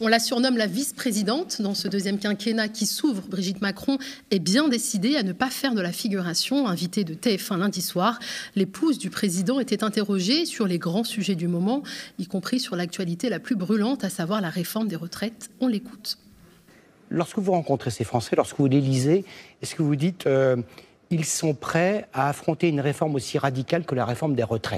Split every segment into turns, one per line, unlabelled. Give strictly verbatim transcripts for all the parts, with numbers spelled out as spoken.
On la surnomme la vice-présidente dans ce deuxième quinquennat qui s'ouvre. Brigitte Macron est bien décidée à ne pas faire de la figuration. Invitée de T F un lundi soir, l'épouse du président était interrogée sur les grands sujets du moment, y compris sur l'actualité la plus brûlante, à savoir la réforme des retraites. On l'écoute.
Lorsque vous rencontrez ces Français, lorsque vous les lisez, est-ce que vous dites euh, ils sont prêts à affronter une réforme aussi radicale que la réforme des retraites ?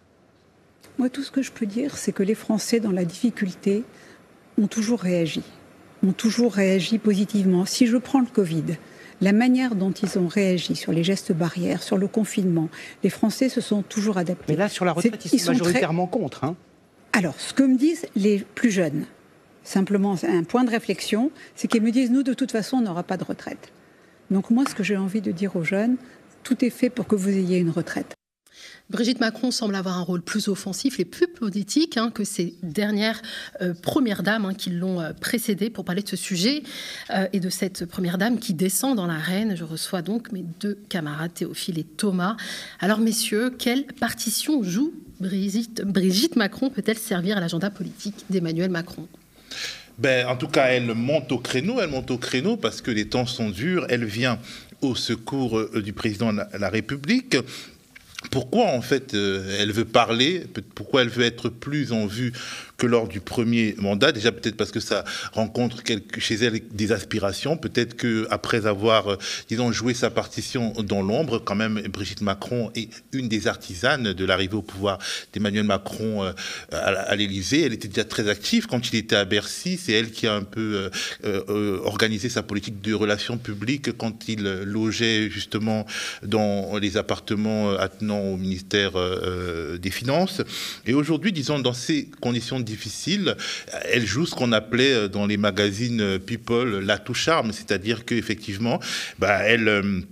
Moi, tout ce que je peux dire, c'est que les Français, dans la difficulté, ont toujours réagi, ont toujours réagi positivement. Si je prends le Covid, la manière dont ils ont réagi sur les gestes barrières, sur le confinement, les Français se sont toujours adaptés.
Mais là, sur la retraite, ils, ils sont majoritairement très... contre. Hein.
Alors, ce que me disent les plus jeunes, simplement un point de réflexion, c'est qu'ils me disent, nous, de toute façon, on n'aura pas de retraite. Donc moi, ce que j'ai envie de dire aux jeunes, tout est fait pour que vous ayez une retraite.
Brigitte Macron semble avoir un rôle plus offensif et plus politique hein, que ces dernières euh, premières dames hein, qui l'ont euh, précédée pour parler de ce sujet euh, et de cette première dame qui descend dans l'arène. Je reçois donc mes deux camarades Théophile et Thomas. Alors messieurs, quelle partition joue Brigitte, Brigitte Macron? Peut-elle servir à l'agenda politique d'Emmanuel Macron?
Ben, en tout cas, elle monte au créneau, elle monte au créneau parce que les temps sont durs. Elle vient au secours euh, du président de la République. Pourquoi, en fait, euh, elle veut parler? Pourquoi elle veut être plus en vue que lors du premier mandat? Déjà, peut-être parce que ça rencontre quelque, chez elle des aspirations. Peut-être qu'après avoir, euh, disons, joué sa partition dans l'ombre, quand même, Brigitte Macron est une des artisanes de l'arrivée au pouvoir d'Emmanuel Macron euh, à, à l'Élysée. Elle était déjà très active quand il était à Bercy. C'est elle qui a un peu euh, euh, organisé sa politique de relations publiques quand il logeait justement dans les appartements attenants au ministère euh, des Finances. Et aujourd'hui, disons, dans ces conditions difficiles, elle joue ce qu'on appelait dans les magazines People l'atout charme, c'est-à-dire qu'effectivement, bah, elle... Euh,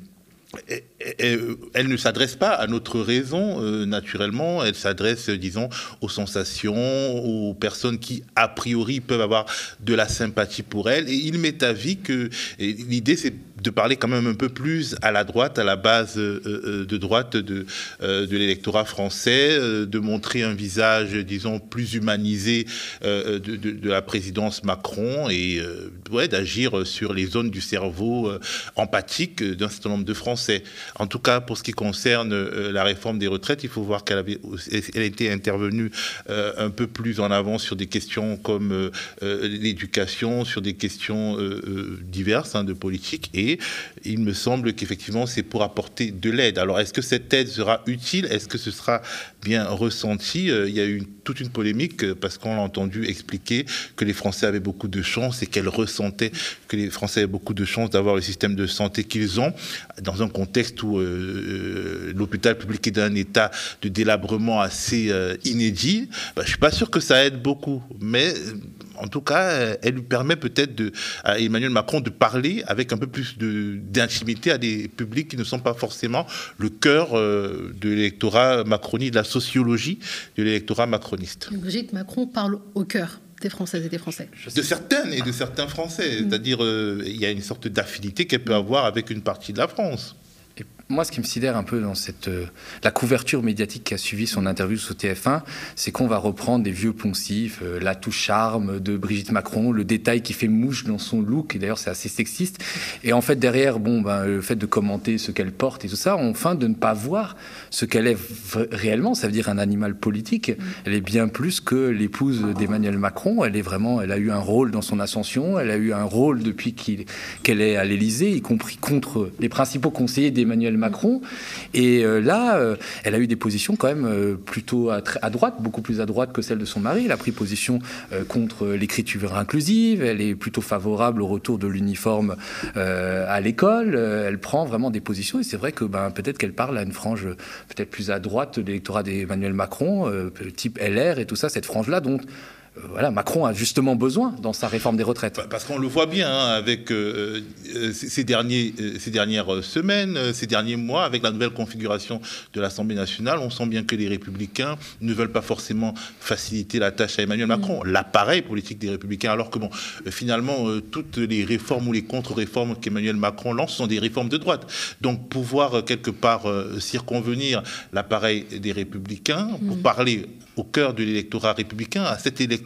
Elle, elle ne s'adresse pas à notre raison, euh, naturellement. Elle s'adresse, disons, aux sensations, aux personnes qui, a priori, peuvent avoir de la sympathie pour elle. Et il m'est avis que l'idée, c'est de parler quand même un peu plus à la droite, à la base euh, de droite de, euh, de l'électorat français, euh, de montrer un visage, disons, plus humanisé euh, de, de, de la présidence Macron et euh, ouais, d'agir sur les zones du cerveau euh, empathiques d'un certain nombre de Français. En tout cas, pour ce qui concerne euh, la réforme des retraites, il faut voir qu'elle avait, elle était intervenue euh, un peu plus en avant sur des questions comme euh, euh, l'éducation, sur des questions euh, euh, diverses hein, de politique. Et il me semble qu'effectivement, c'est pour apporter de l'aide. Alors, est-ce que cette aide sera utile? Est-ce que ce sera bien ressenti? euh, Il y a eu une, toute une polémique euh, parce qu'on l'a entendu expliquer que les Français avaient beaucoup de chance et qu'elle ressentait que les Français avaient beaucoup de chance d'avoir le système de santé qu'ils ont dans un contexte où euh, l'hôpital public est dans un état de délabrement assez euh, inédit. Ben, je ne suis pas sûr que ça aide beaucoup, mais en tout cas, elle lui permet peut-être de, à Emmanuel Macron de parler avec un peu plus de, d'intimité à des publics qui ne sont pas forcément le cœur euh, de l'électorat macroniste, de la sociologie de l'électorat macroniste.
Brigitte Macron parle au cœur des Françaises et des Français.
De certaines et de certains Français. Mmh. C'est-à-dire, euh, il y a une sorte d'affinité qu'elle peut avoir avec une partie de la France.
Et moi, ce qui me sidère un peu dans cette, euh, la couverture médiatique qui a suivi son interview sur T F un, c'est qu'on va reprendre des vieux poncifs, euh, l'atout charme de Brigitte Macron, le détail qui fait mouche dans son look, et d'ailleurs c'est assez sexiste. Et en fait, derrière, bon, ben, le fait de commenter ce qu'elle porte et tout ça, on feint de ne pas voir ce qu'elle est v- réellement, ça veut dire un animal politique. Mmh. Elle est bien plus que l'épouse d'Emmanuel Macron. Elle est vraiment, elle a eu un rôle dans son ascension, elle a eu un rôle depuis qu'il, qu'elle est à l'Élysée, y compris contre les principaux conseillers d'Emmanuel Macron. Et euh, là, euh, elle a eu des positions quand même euh, plutôt à, à droite, beaucoup plus à droite que celle de son mari. Elle a pris position euh, contre l'écriture inclusive. Elle est plutôt favorable au retour de l'uniforme euh, à l'école. Euh, elle prend vraiment des positions. Et c'est vrai que ben, peut-être qu'elle parle à une frange peut-être plus à droite de l'électorat d'Emmanuel Macron, euh, type L R et tout ça, cette frange-là, dont voilà, Macron a justement besoin dans sa réforme des retraites.
Parce qu'on le voit bien hein, avec euh, ces, derniers, ces dernières semaines, ces derniers mois, avec la nouvelle configuration de l'Assemblée nationale, on sent bien que les Républicains ne veulent pas forcément faciliter la tâche à Emmanuel Macron, mmh. l'appareil politique des Républicains, alors que bon, finalement, euh, toutes les réformes ou les contre-réformes qu'Emmanuel Macron lance sont des réformes de droite. Donc pouvoir quelque part euh, circonvenir l'appareil des Républicains pour mmh. parler au cœur de l'électorat républicain, à cet électorat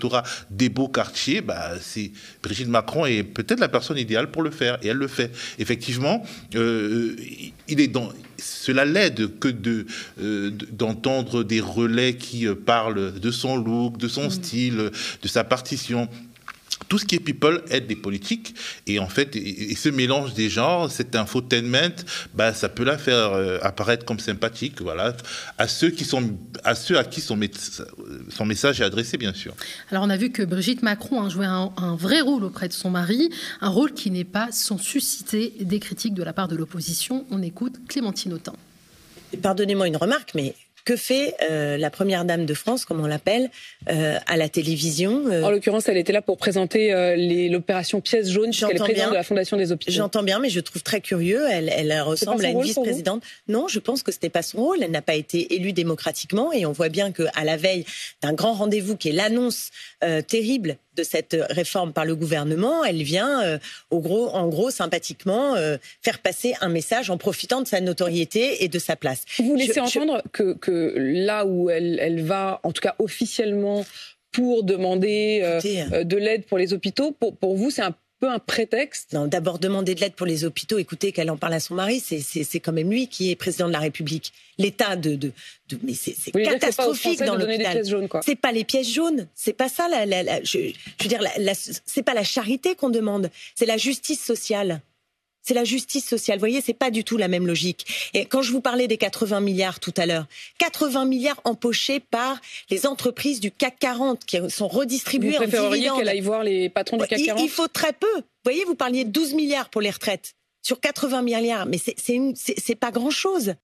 l'électorat des beaux quartiers, bah, c'est Brigitte Macron est peut-être la personne idéale pour le faire, et elle le fait. Effectivement, euh, il est dans... Cela l'aide que de, euh, d'entendre des relais qui euh, parlent de son look, de son mmh. style, de sa partition. Tout ce qui est people aide les politiques, et en fait, et, et ce mélange des genres, cet infotainment, bah, ça peut la faire euh, apparaître comme sympathique, voilà, à ceux qui sont, à ceux à qui son, son message est adressé, bien sûr.
Alors, on a vu que Brigitte Macron a joué un, un vrai rôle auprès de son mari, un rôle qui n'est pas sans susciter des critiques de la part de l'opposition. On écoute Clémentine Autain.
Pardonnez-moi une remarque, mais que fait euh, la première dame de France, comme on l'appelle, euh, à la télévision euh...
En l'occurrence, elle était là pour présenter euh, les, l'opération Pièce jaune, puisqu'elle est présidente de la Fondation des hôpitaux.
J'entends bien, mais je trouve très curieux. Elle, elle ressemble à une vice-présidente. Non, je pense que ce n'est pas son rôle. Elle n'a pas été élue démocratiquement, et on voit bien qu'à la veille d'un grand rendez-vous qui est l'annonce euh, terrible de cette réforme par le gouvernement, elle vient, euh, au gros, en gros, sympathiquement, euh, faire passer un message en profitant de sa notoriété et de sa place.
Vous laissez
je,
entendre je... que, que là où elle, elle va, en tout cas officiellement, pour demander euh, Écoutez, euh, de l'aide pour les hôpitaux, pour, pour vous, c'est un peu un prétexte?
Non, d'abord demander de l'aide pour les hôpitaux. Écoutez, qu'elle en parle à son mari, c'est, c'est, c'est quand même lui qui est président de la République. L'état de, de, de mais c'est, c'est catastrophique dans
de
l'hôpital.
Jaunes,
c'est pas les pièces jaunes, c'est pas ça. La, la, la, je, je veux dire, la, la, c'est pas la charité qu'on demande, c'est la justice sociale. C'est la justice sociale. Vous voyez, c'est pas du tout la même logique. Et quand je vous parlais des quatre-vingts milliards tout à l'heure, quatre-vingts milliards empochés par les entreprises du C A C quarante qui sont redistribués en dividendes.
Vous préféreriez qu'elle aille voir les patrons du C A C quarante ?
Il, il faut très peu. Vous voyez, vous parliez de douze milliards pour les retraites sur quatre-vingts milliards, mais c'est, c'est, une, c'est, c'est pas grand-chose.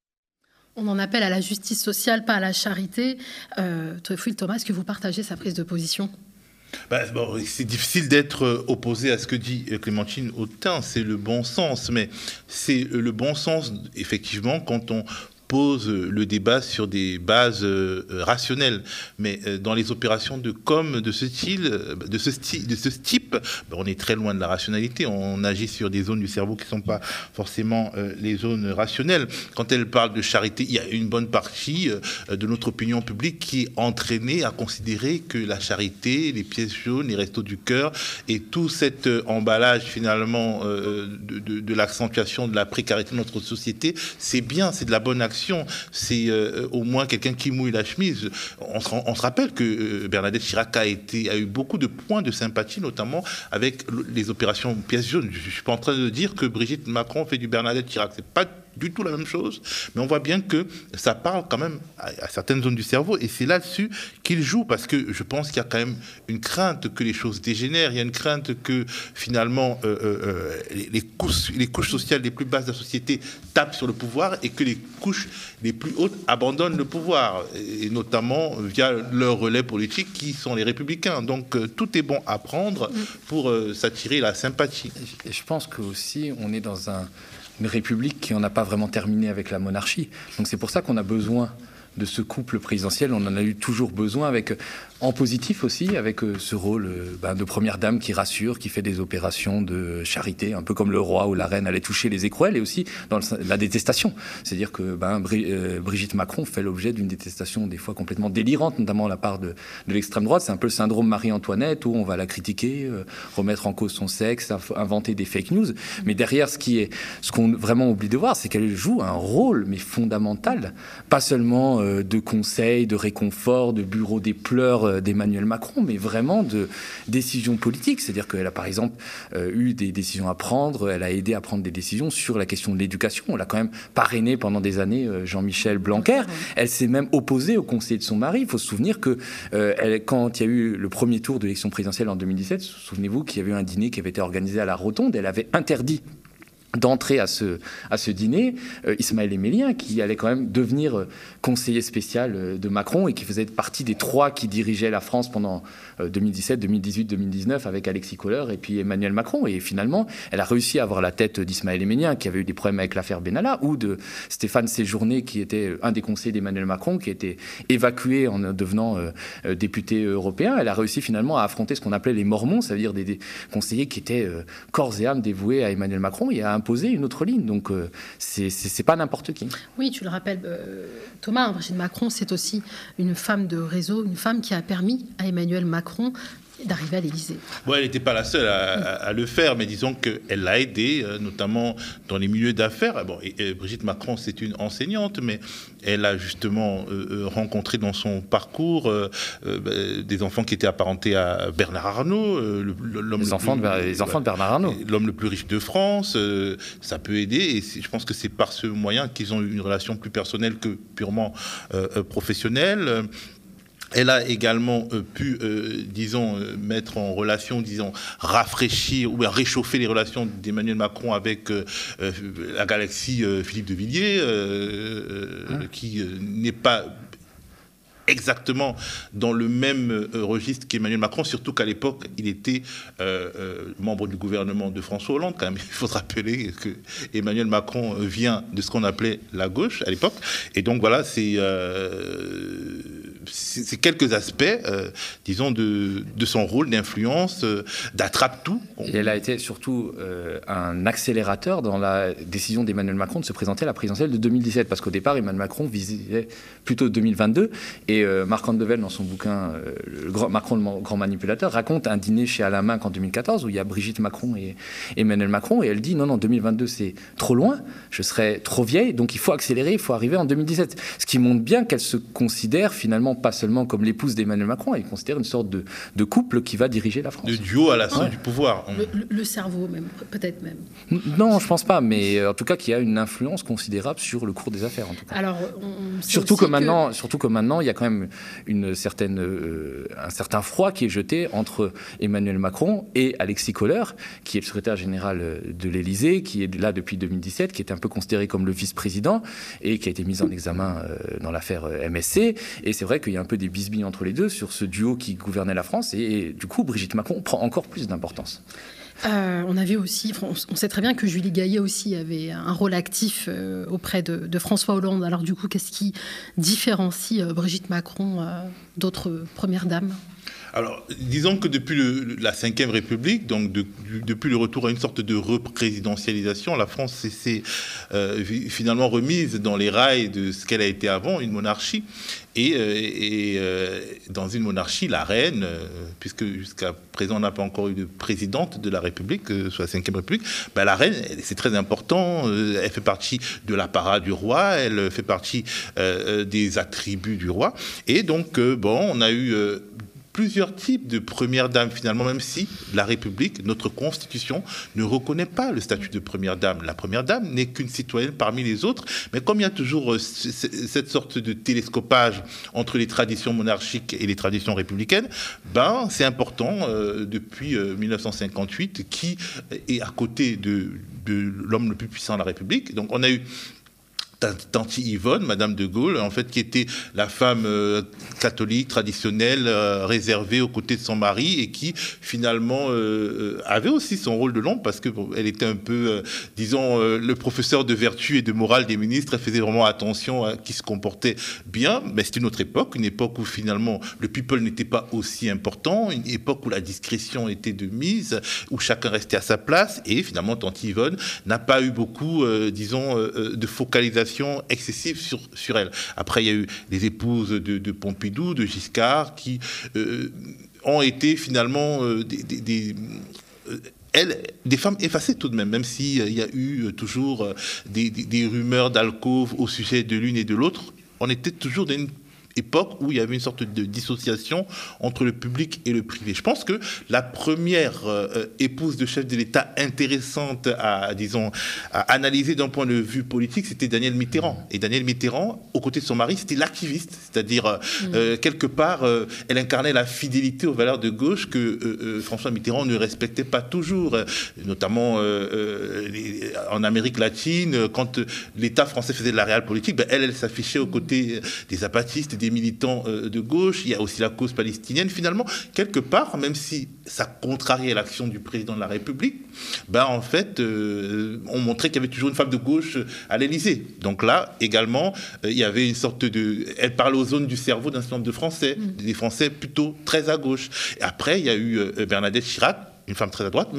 On en appelle à la justice sociale, pas à la charité. Euh, Théophile Thomas, est-ce que vous partagez sa prise de position ?
Ben, bon, c'est difficile d'être opposé à ce que dit Clémentine Autain, c'est le bon sens, mais c'est le bon sens, effectivement, quand on pose le débat sur des bases euh, rationnelles. Mais euh, dans les opérations de com de ce style, de ce, style, de ce type, ben, on est très loin de la rationalité. On agit sur des zones du cerveau qui ne sont pas forcément euh, les zones rationnelles. Quand elle parle de charité, il y a une bonne partie euh, de notre opinion publique qui est entraînée à considérer que la charité, les pièces jaunes, les restos du cœur et tout cet euh, emballage finalement euh, de, de, de l'accentuation de la précarité de notre société, c'est bien, c'est de la bonne action. C'est euh, au moins quelqu'un qui mouille la chemise. On se, on se rappelle que euh, Bernadette Chirac a, été, a eu beaucoup de points de sympathie, notamment avec les opérations pièces jaunes. Je ne suis pas en train de dire que Brigitte Macron fait du Bernadette Chirac. C'est pas du tout la même chose, mais on voit bien que ça parle quand même à, à certaines zones du cerveau, et c'est là-dessus qu'il joue, parce que je pense qu'il y a quand même une crainte que les choses dégénèrent, il y a une crainte que finalement euh, euh, les, les, couches, les couches sociales les plus basses de la société tapent sur le pouvoir et que les couches les plus hautes abandonnent le pouvoir, et notamment via leurs relais politiques qui sont les Républicains. Donc euh, tout est bon à prendre pour euh, s'attirer la sympathie.
Et je pense qu'aussi on est dans un une république qui n'en a pas vraiment terminé avec la monarchie. Donc c'est pour ça qu'on a besoin de ce couple présidentiel. On en a eu toujours besoin, avec, en positif aussi, avec ce rôle ben, de première dame qui rassure, qui fait des opérations de charité, un peu comme le roi ou la reine allait toucher les écrouelles, et aussi dans la détestation. C'est-à-dire que ben, Brigitte Macron fait l'objet d'une détestation des fois complètement délirante, notamment de la part de, de l'extrême droite. C'est un peu le syndrome Marie-Antoinette, où on va la critiquer, euh, remettre en cause son sexe, inventer des fake news. Mais derrière, ce qui est, ce qu'on vraiment oublie de voir, c'est qu'elle joue un rôle, mais fondamental, pas seulement euh, de conseils, de réconfort, de bureau des pleurs d'Emmanuel Macron, mais vraiment de décisions politiques. C'est-à-dire qu'elle a par exemple euh, eu des décisions à prendre, elle a aidé à prendre des décisions sur la question de l'éducation. On l'a quand même parrainé pendant des années, euh, Jean-Michel Blanquer. Elle s'est même opposée au conseiller de son mari. Il faut se souvenir que euh, elle, quand il y a eu le premier tour de l'élection présidentielle en deux mille dix-sept, souvenez-vous qu'il y avait eu un dîner qui avait été organisé à la Rotonde. Elle avait interdit d'entrer à ce, à ce dîner, euh, Ismaël Emelien, qui allait quand même devenir euh, conseiller spécial euh, de Macron et qui faisait partie des trois qui dirigeaient la France pendant euh, deux mille dix-sept, deux mille dix-huit, deux mille dix-neuf avec Alexis Kohler et puis Emmanuel Macron. Et finalement, elle a réussi à avoir la tête d'Ismaël Emelien, qui avait eu des problèmes avec l'affaire Benalla, ou de Stéphane Séjourné, qui était un des conseillers d'Emmanuel Macron, qui a été évacué en devenant euh, euh, député européen. Elle a réussi finalement à affronter ce qu'on appelait les Mormons, c'est-à-dire des, des conseillers qui étaient euh, corps et âme dévoués à Emmanuel Macron. Il y a un imposer une autre ligne. Donc, euh, c'est, c'est, c'est pas n'importe qui.
Oui, tu le rappelles, euh, Thomas, Brigitte Macron, c'est aussi une femme de réseau, une femme qui a permis à Emmanuel Macron d'arriver à l'Élysée.
Bon, elle n'était pas la seule à, à, à le faire, mais disons qu'elle l'a aidé, euh, notamment dans les milieux d'affaires. Bon, et, et Brigitte Macron, c'est une enseignante, mais elle a justement euh, rencontré dans son parcours euh, euh, des enfants qui étaient apparentés à Bernard Arnault, euh, le, l'homme
les,
le
enfants
plus,
de, les enfants de Bernard Arnault.
L'homme le plus riche de France. Euh, ça peut aider, et je pense que c'est par ce moyen qu'ils ont eu une relation plus personnelle que purement euh, professionnelle. Elle a également euh, pu, euh, disons, euh, mettre en relation, disons, rafraîchir ou réchauffer les relations d'Emmanuel Macron avec euh, euh, la galaxie euh, Philippe de Villiers, euh, euh, qui euh, n'est pas exactement dans le même euh, registre qu'Emmanuel Macron, surtout qu'à l'époque, il était euh, euh, membre du gouvernement de François Hollande. Quand même, il faut se rappeler que Emmanuel Macron vient de ce qu'on appelait la gauche à l'époque. Et donc voilà, c'est... Euh, c'est quelques aspects, euh, disons, de, de son rôle d'influence, euh, d'attrape-tout.
Et elle a été surtout euh, un accélérateur dans la décision d'Emmanuel Macron de se présenter à la présidentielle de deux mille dix-sept, parce qu'au départ, Emmanuel Macron visait plutôt deux mille vingt-deux, et euh, Marc Andevel, dans son bouquin euh, le grand, Macron le grand manipulateur, raconte un dîner chez Alain Minc en deux mille quatorze, où il y a Brigitte Macron et Emmanuel Macron, et elle dit non, non, deux mille vingt-deux, c'est trop loin, je serai trop vieille, donc il faut accélérer, il faut arriver en deux mille dix-sept. Ce qui montre bien qu'elle se considère finalement pas seulement comme l'épouse d'Emmanuel Macron, elle considère une sorte de, de couple qui va diriger la France.
De duo à la fin ouais. du pouvoir.
Le, le, le cerveau même, peut-être même.
Non, je pense pas, mais en tout cas qu'il y a une influence considérable sur le cours des affaires. En tout cas.
Alors, on
surtout que maintenant, que... surtout que maintenant, il y a quand même une certaine, euh, un certain froid qui est jeté entre Emmanuel Macron et Alexis Kohler, qui est le secrétaire général de l'Élysée, qui est là depuis deux mille dix-sept, qui est un peu considéré comme le vice-président et qui a été mis en examen euh, dans l'affaire M S C. Et c'est vrai qu'il y a un peu des bisbilles entre les deux sur ce duo qui gouvernait la France, et, et du coup Brigitte Macron prend encore plus d'importance.
Euh, on avait aussi, on sait très bien que Julie Gaillet aussi avait un rôle actif euh, auprès de, de François Hollande. Alors du coup, qu'est-ce qui différencie euh, Brigitte Macron euh, d'autres premières dames ?
Alors, disons que depuis le, la cinquième République, donc de, depuis le retour à une sorte de représidentialisation, la France s'est euh, finalement remise dans les rails de ce qu'elle a été avant, une monarchie. Et, et euh, dans une monarchie, la reine, euh, puisque jusqu'à présent on n'a pas encore eu de présidente de la République, euh, soit la cinquième République, ben la reine, c'est très important, euh, elle fait partie de l'apparat du roi, elle fait partie euh, des attributs du roi. Et donc, euh, bon, on a eu... Euh, plusieurs types de première dame, finalement, même si la République, notre Constitution, ne reconnaît pas le statut de première dame. La première dame n'est qu'une citoyenne parmi les autres, mais comme il y a toujours euh, c- c- cette sorte de télescopage entre les traditions monarchiques et les traditions républicaines, ben, c'est important, euh, depuis euh, mille neuf cent cinquante-huit, qui est à côté de, de l'homme le plus puissant de la République. Donc on a eu Tante Yvonne, Madame de Gaulle, en fait, qui était la femme euh, catholique, traditionnelle, euh, réservée aux côtés de son mari, et qui, finalement, euh, avait aussi son rôle de l'ombre, parce qu'elle bon, était un peu, euh, disons, euh, le professeur de vertu et de morale des ministres. Elle faisait vraiment attention à qui se comportait bien. Mais c'est une autre époque, une époque où, finalement, le people n'était pas aussi important, une époque où la discrétion était de mise, où chacun restait à sa place, et finalement, Tante Yvonne n'a pas eu beaucoup, euh, disons, euh, de focalisation excessive sur, sur elle. Après, il y a eu les épouses de, de Pompidou, de Giscard, qui euh, ont été finalement euh, des... des, des euh, elles, des femmes effacées tout de même, même s'il euh, y a eu euh, toujours euh, des, des, des rumeurs d'alcôve au sujet de l'une et de l'autre. On était toujours dans une époque où il y avait une sorte de dissociation entre le public et le privé. Je pense que la première euh, épouse de chef de l'État intéressante à, disons, à analyser d'un point de vue politique, c'était Danielle Mitterrand. Et Danielle Mitterrand, aux côtés de son mari, c'était l'activiste. C'est-à-dire, euh, mmh. euh, quelque part, euh, elle incarnait la fidélité aux valeurs de gauche que euh, euh, François Mitterrand ne respectait pas toujours, euh, notamment euh, euh, les, en Amérique latine, quand l'État français faisait de la réelle politique, ben, elle, elle s'affichait aux côtés des apatistes, des militants de gauche. Il y a aussi la cause palestinienne. Finalement, quelque part, même si ça contrariait l'action du président de la République, ben en fait, euh, on montrait qu'il y avait toujours une femme de gauche à l'Élysée. Donc là, également, euh, il y avait une sorte de... Elle parlait aux zones du cerveau d'un certain nombre de Français, mmh. des Français plutôt très à gauche. Et après, il y a eu euh, Bernadette Chirac, une femme très à droite, mais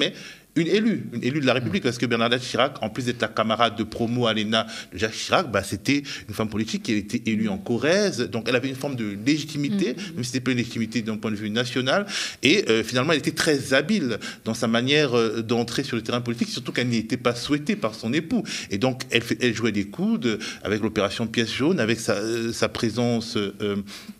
Une élue, une élue de la République, parce que Bernadette Chirac, en plus d'être la camarade de promo à l'E N A de Jacques Chirac, bah, c'était une femme politique qui avait été élue en Corrèze, donc elle avait une forme de légitimité, mmh. même si c'était pas une légitimité d'un point de vue national, et euh, finalement elle était très habile dans sa manière euh, d'entrer sur le terrain politique, surtout qu'elle n'était pas souhaitée par son époux, et donc elle, fait, elle jouait des coudes avec l'opération Pièce jaune, avec sa, euh, sa présence... Euh,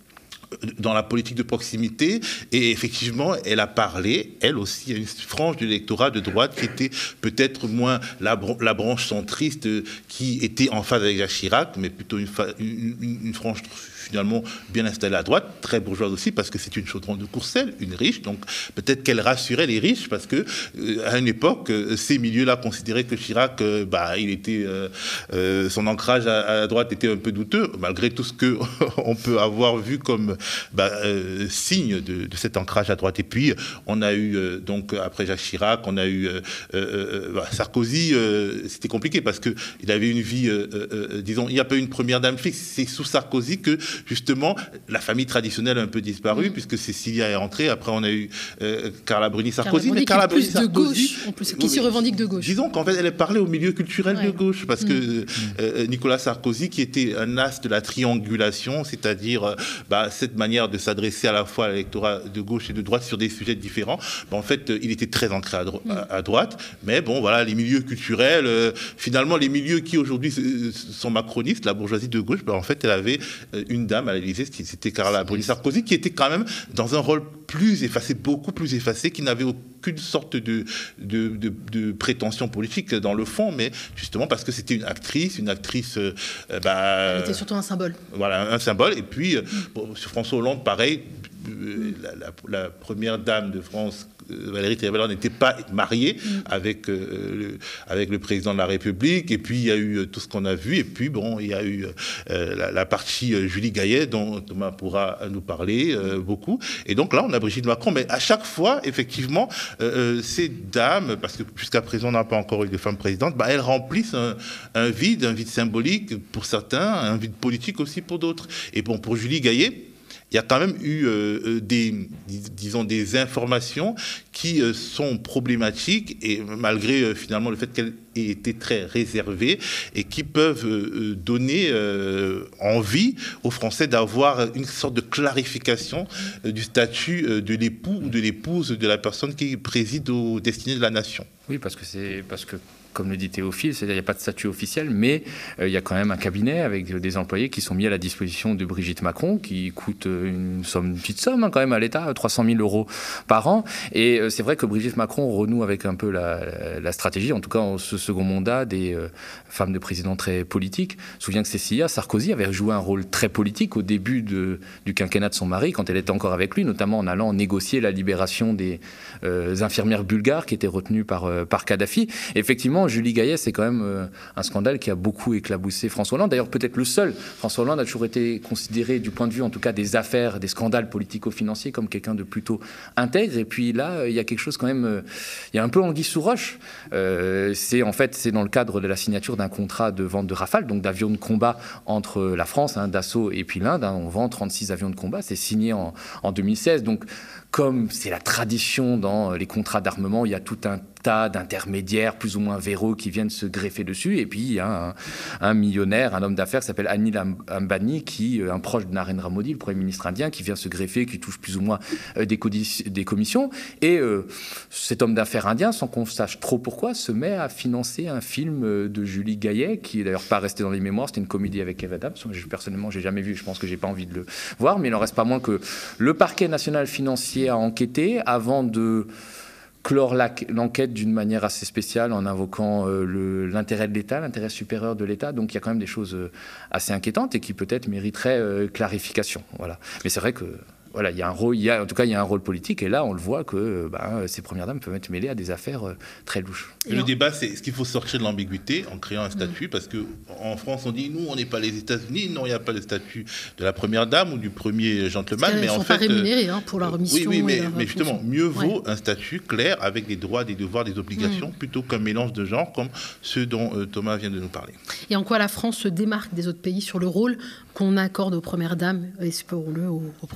dans la politique de proximité, et effectivement, elle a parlé, elle aussi, à une frange de l'électorat de droite qui était peut-être moins la, br- la branche centriste qui était en phase avec Jacques Chirac, mais plutôt une, fa- une, une, une frange finalement bien installée à droite, très bourgeoise aussi, parce que c'est une chaudron de Courcelles, une riche, donc peut-être qu'elle rassurait les riches, parce que euh, à une époque, euh, ces milieux-là considéraient que Chirac, euh, bah, il était, euh, euh, son ancrage à, à droite était un peu douteux, malgré tout ce que on peut avoir vu comme bah, euh, signe de, de cet ancrage à droite. Et puis, on a eu, euh, donc, après Jacques Chirac, on a eu euh, euh, bah, Sarkozy, euh, c'était compliqué, parce qu'il avait une vie, euh, euh, disons, il n'y a pas eu une première dame fixe, c'est sous Sarkozy que, justement, la famille traditionnelle a un peu disparu, mmh. puisque Cécilia est rentrée. Après, on a eu euh, Carla Bruni-Sarkozy.
Mais Carla Bruni Sarkozy, de gauche, en plus, qui
oui,
se revendique de gauche.
Disons qu'en fait, elle parlait au milieu culturel ouais. de gauche, parce mmh. que euh, Nicolas Sarkozy, qui était un as de la triangulation, c'est-à-dire bah, cette manière de s'adresser à la fois à l'électorat de gauche et de droite sur des sujets différents, bah, en fait, il était très ancré à, dro- mmh. à, à droite. Mais bon, voilà, les milieux culturels, euh, finalement, les milieux qui aujourd'hui sont macronistes, la bourgeoisie de gauche, bah, en fait, elle avait une dame à l'Élysée, c'était Carla Bruni-Sarkozy, qui était quand même dans un rôle plus effacé, beaucoup plus effacé, qui n'avait aucune sorte de, de, de, de prétention politique dans le fond, mais justement parce que c'était une actrice, une actrice... Euh, bah,
Elle était surtout un symbole.
Voilà, un symbole. Et puis, mmh. bon, sur François Hollande, pareil, euh, la, la, la première dame de France, Valérie Trierweiler, n'était pas mariée mmh. avec, euh, le, avec le président de la République. Et puis, il y a eu tout ce qu'on a vu. Et puis, bon, il y a eu euh, la, la partie euh, Julie Gaillet, dont Thomas pourra nous parler euh, beaucoup. Et donc là, on a Brigitte Macron. Mais à chaque fois, effectivement, euh, ces dames, parce que jusqu'à présent, on n'a pas encore eu de femme présidente, bah, elles remplissent un, un vide, un vide symbolique pour certains, un vide politique aussi pour d'autres. Et bon, pour Julie Gaillet, il y a quand même eu euh, des, disons, des informations qui euh, sont problématiques, et malgré euh, finalement le fait qu'elles aient été très réservées, et qui peuvent euh, donner euh, envie aux Français d'avoir une sorte de clarification euh, du statut euh, de l'époux ou de l'épouse de la personne qui préside aux destinées de la nation.
Oui, parce que c'est parce que comme le dit Théophile, c'est-à-dire qu'il n'y a pas de statut officiel, mais euh, il y a quand même un cabinet avec des employés qui sont mis à la disposition de Brigitte Macron, qui coûte une, somme, une petite somme hein, quand même à l'État, trois cent mille euros par an. Et euh, c'est vrai que Brigitte Macron renoue avec un peu la, la stratégie, en tout cas en ce second mandat, des euh, femmes de président très politiques. Je me souviens que Cécilia Sarkozy avait joué un rôle très politique au début de, du quinquennat de son mari, quand elle était encore avec lui, notamment en allant négocier la libération des euh, infirmières bulgares qui étaient retenues par, euh, par Kadhafi. Et effectivement, Julie Gaillet, c'est quand même euh, un scandale qui a beaucoup éclaboussé François Hollande. D'ailleurs, peut-être le seul. François Hollande a toujours été considéré, du point de vue, en tout cas, des affaires, des scandales politico-financiers, comme quelqu'un de plutôt intègre. Et puis là, il y a quelque chose quand même... Euh, il y a un peu anguille sous roche. Euh, c'est en fait, c'est dans le cadre de la signature d'un contrat de vente de Rafale, donc d'avions de combat entre la France, hein, Dassault, et puis l'Inde. Hein, on vend trente-six avions de combat. C'est signé en, en deux mille seize. Donc, comme c'est la tradition dans les contrats d'armement, il y a tout un tas d'intermédiaires plus ou moins véreux qui viennent se greffer dessus. Et puis, il y a un, un millionnaire, un homme d'affaires qui s'appelle Anil Ambani, qui, un proche de Narendra Modi, le Premier ministre indien, qui vient se greffer, qui touche plus ou moins des, des commissions. Et euh, cet homme d'affaires indien, sans qu'on sache trop pourquoi, se met à financer un film de Julie Gaillet, qui est d'ailleurs pas resté dans les mémoires. C'était une comédie avec Kev Adams. Je, personnellement, j'ai jamais vu. Je pense que j'ai pas envie de le voir. Mais il n'en reste pas moins que le parquet national financier a enquêté avant de clore la, l'enquête d'une manière assez spéciale en invoquant euh, le, l'intérêt de l'État, l'intérêt supérieur de l'État. Donc il y a quand même des choses euh, assez inquiétantes et qui peut-être mériteraient euh, clarification. Voilà. Mais c'est vrai que voilà, il y a un rôle, il y a, en tout cas, il y a un rôle politique, et là, on le voit que ben, ces premières dames peuvent être mêlées à des affaires euh, très louches.
Et le débat, c'est est-ce qu'il faut sortir de l'ambiguïté en créant un statut, mmh. parce qu'en France, on dit, nous, on n'est pas les États-Unis, non, il n'y a pas le statut de la première dame ou du premier gentleman.
Parce mais
en
sont
fait,
pas rémunérés hein, pour leur mission.
Oui, oui, mais, mais justement,
fonction.
mieux vaut
ouais.
un statut clair avec des droits, des devoirs, des obligations, mmh. plutôt qu'un mélange de genres comme ceux dont euh, Thomas vient de nous parler.
Et en quoi la France se démarque des autres pays sur le rôle qu'on accorde aux premières dames, espérons-le, au, au premier mari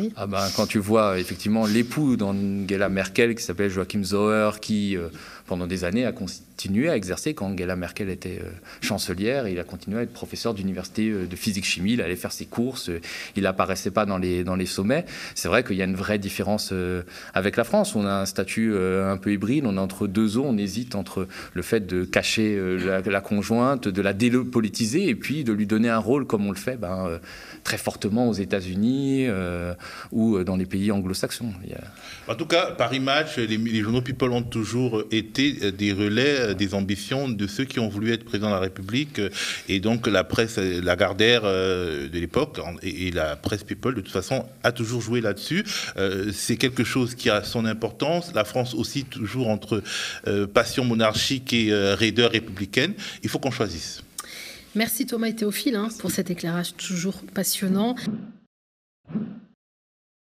Oui.
Ah ben, quand tu vois effectivement l'époux d'Angela Merkel qui s'appelle Joachim Sauer, qui euh, pendant des années a continué à exercer quand Angela Merkel était euh, chancelière. Il a continué à être professeur d'université euh, de physique-chimie. Il allait faire ses courses. Euh, il n'apparaissait pas dans les, dans les sommets. C'est vrai qu'il y a une vraie différence euh, avec la France. On a un statut euh, un peu hybride. On est entre deux eaux. On hésite entre le fait de cacher euh, la, la conjointe, de la dépolitiser et puis de lui donner un rôle comme on le fait ben, euh, très fortement aux États-Unis euh, ou dans les pays anglo-saxons. A...
En tout cas, Paris Match, les, les journaux People ont toujours été des relais des ambitions de ceux qui ont voulu être président de la République. Et donc la presse Lagardère de l'époque et, et la presse People, de toute façon, a toujours joué là-dessus. Euh, c'est quelque chose qui a son importance. La France aussi, toujours entre euh, passion monarchique et euh, raideur républicaine. Il faut qu'on choisisse.
Merci Thomas et Théophile hein, pour cet éclairage toujours passionnant.